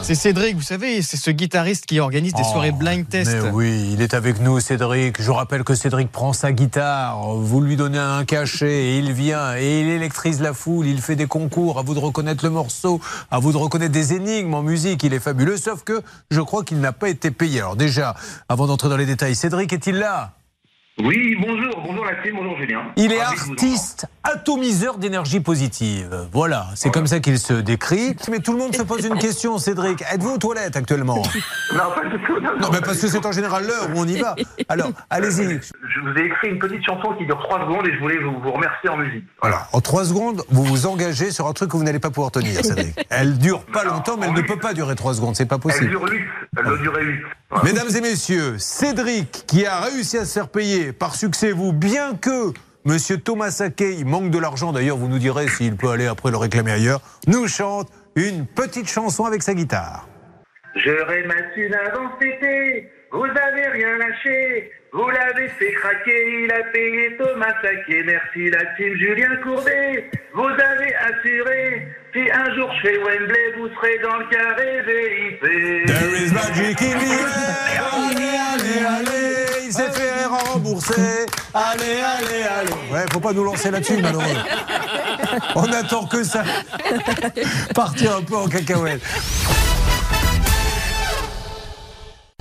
C'est Cédric, vous savez, c'est ce guitariste qui organise des soirées blind test. Mais oui, il est avec nous, Cédric. Je rappelle que Cédric prend sa guitare, vous lui donnez un cachet et il vient et il électrise la foule, il fait des concours, à vous de reconnaître le morceau, à vous de reconnaître des énigmes en musique, il est fabuleux, sauf que je crois qu'il n'a pas été payé. Alors déjà, avant d'entrer dans les détails, Cédric est-il là ? Oui, bonjour la team, bonjour Julien. Il est artiste atomiseur d'énergie positive. Voilà, c'est comme ça qu'il se décrit. Mais tout le monde se pose une question, Cédric. Êtes-vous aux toilettes actuellement ? Non, pas du tout. Non, mais parce que c'est en général l'heure où on y va. Alors, allez-y. Je vous ai écrit une petite chanson qui dure 3 secondes et je voulais vous remercier en musique. Voilà. En 3 secondes, vous vous engagez sur un truc que vous n'allez pas pouvoir tenir, Cédric. Elle dure pas longtemps, mais elle ne peut pas durer 3 secondes. C'est pas possible. Elle dure 8. Elle doit durer 8. Voilà. Mesdames et messieurs, Cédric, qui a réussi à se faire payer par succès, vous, bien que Monsieur Thomas Saquet, il manque de l'argent, d'ailleurs, vous nous direz s'il peut aller après le réclamer ailleurs, nous chante une petite chanson avec sa guitare. Je ramasse avant cet vous avez rien lâché, vous l'avez fait craquer, il a payé Thomas Saquet, merci la team Julien Courbet, vous avez assuré, si un jour je fais Wembley, vous serez dans le carré VIP. There is magic in the air, allez, il s'est fait rembourser, allez. Ouais, faut pas nous lancer là-dessus, malheureusement. On attend que ça partir un peu en cacahuète.